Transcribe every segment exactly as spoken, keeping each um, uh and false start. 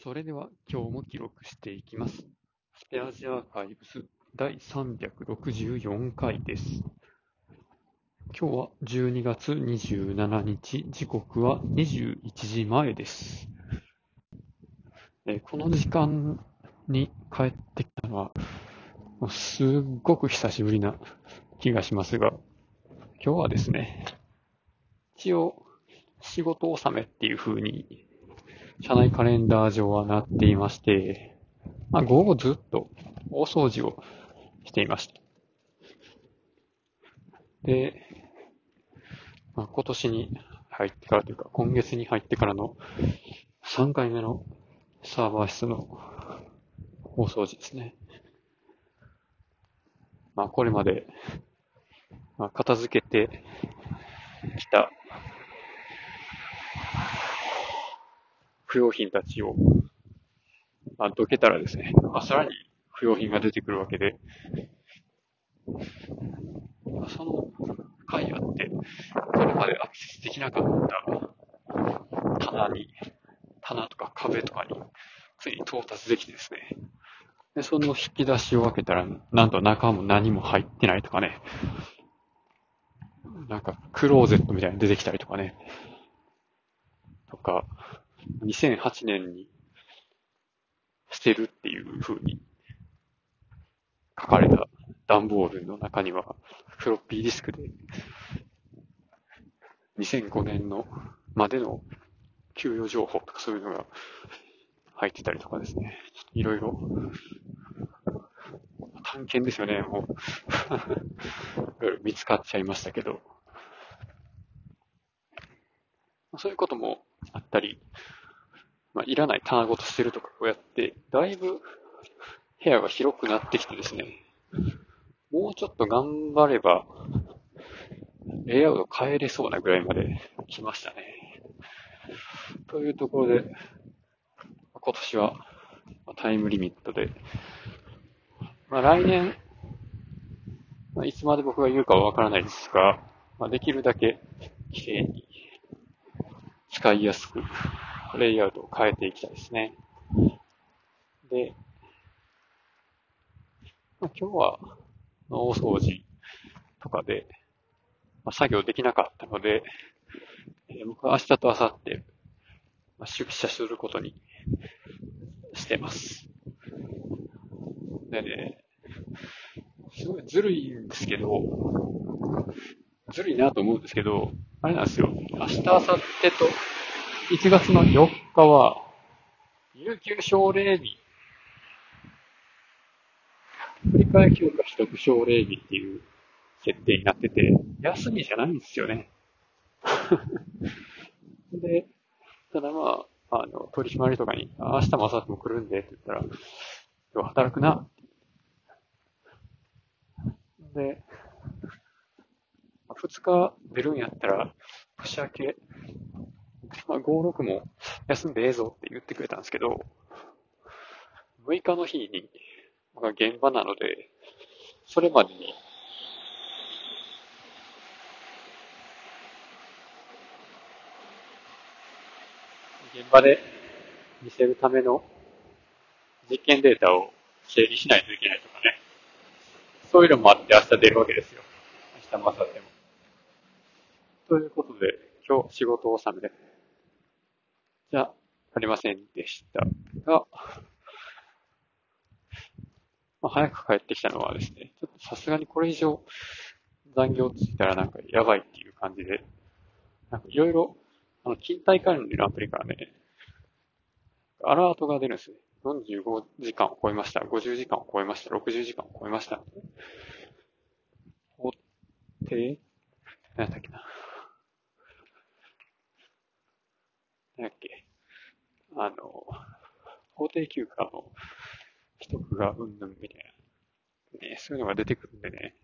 それでは今日も記録していきます。スペアジアーカイブスだいさんびゃくろくじゅうよんかいです。今日はじゅうにがつにじゅうしちにち、時刻はにじゅういちじまえです。えーこの時間に帰ってきたのは、もうすっごく久しぶりな気がしますが、今日はですね、一応仕事納めっていう風に社内カレンダー上はなっていまして、まあ、午後ずっと大掃除をしていました。で、まあ、今年に入ってからというか、今月に入ってからのさんかいめのサーバー室の大掃除ですね。まあ、これまで、まあ、片付けてきた不用品たちを、まあ、どけたらですね、まあ、さらに不用品が出てくるわけで、まあ、その回あって、これまでアクセスできなかった棚に、棚とか壁とかに、ついに到達できてですね、で、その引き出しを開けたら、なんと中も何も入ってないとかね、なんかクローゼットみたいなの出てきたりとかね、とか、にせんはちねんに捨てるっていう風に書かれた段ボールの中には、フロッピーディスクでにせんごねんのまでの給与情報とかそういうのが入ってたりとかですね、いろいろ探検ですよね、もういろいろ見つかっちゃいましたけど、そういうこともあったり、まあ、いらない棚ごと捨てるとかこうやって、だいぶ部屋が広くなってきてですね、もうちょっと頑張れば、レイアウト変えれそうなぐらいまで来ましたね。というところで、今年はタイムリミットで、まあ、来年、まあ、いつまで僕が言うかはわからないですが、まあ、できるだけ綺麗に使いやすくレイアウトを変えていきたいですね。で、まあ、今日は大掃除とかで、まあ、作業できなかったので、えー僕は明日と明後日、まあ、出社することにしてます。でね、すごいずるいんですけど、ずるいなと思うんですけど、あれなんですよ。明日、明後日といちがつのよっかは、有給奨励日、振り替え休暇取得奨励日っていう設定になってて、休みじゃないんですよね。で、ただまあ、あの、取締りとかに、明日も明後日も来るんでって言ったら、今日働くな。で、ふつか出るんやったら、年明け、まあ、ご、ろくも休んでええぞって言ってくれたんですけど、むいかの日に、僕は現場なので、それまでに、現場で見せるための実験データを整理しないといけないとかね。そういうのもあって明日出るわけですよ。明日も明後日も。ということで、今日仕事納めじゃありませんでしたが、まあ、早く帰ってきたのはですね、ちょっとさすがにこれ以上残業ついたらなんかやばいっていう感じで、なんかいろいろ、あの、勤怠管理のアプリからね、アラートが出るんですね。よんじゅうごじかんを超えました。ごじゅうじかんを超えました。ろくじゅうじかんを超えました。法定何だっけな。何だっけ。あの、法定休暇の取得がうんぬんみたいな、ね。そういうのが出てくるんでね。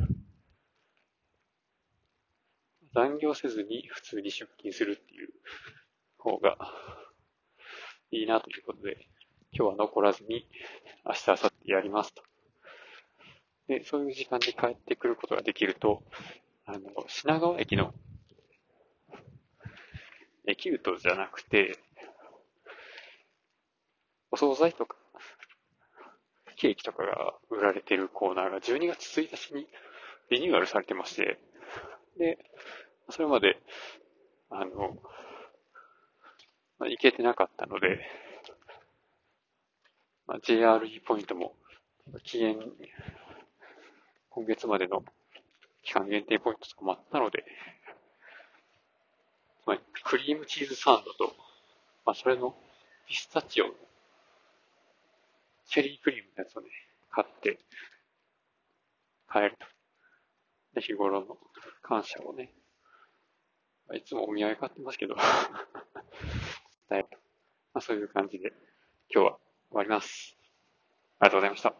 残業せずに普通に出勤するっていう方がいいなということで、今日は残らずに明日、明後日やりますと。で、そういう時間に帰ってくることができると、あの、品川駅のエキュートじゃなくて、 お惣菜とか、ケーキとかが売られてるコーナーがじゅうにがつついたちにリニューアルされてまして、で、それまで、あの、まあ、行けてなかったので、まあ、ジェイアールイー ポイントも期限、今月までの期間限定ポイントとかもあったので、まあ、クリームチーズサンドと、まあ、それのピスタチオのチェリークリームのやつをね、買って帰ると。で、日頃の感謝をね、まあ、いつもお土産買ってますけど、伝えると。まあ、そういう感じで今日は終わります。ありがとうございました。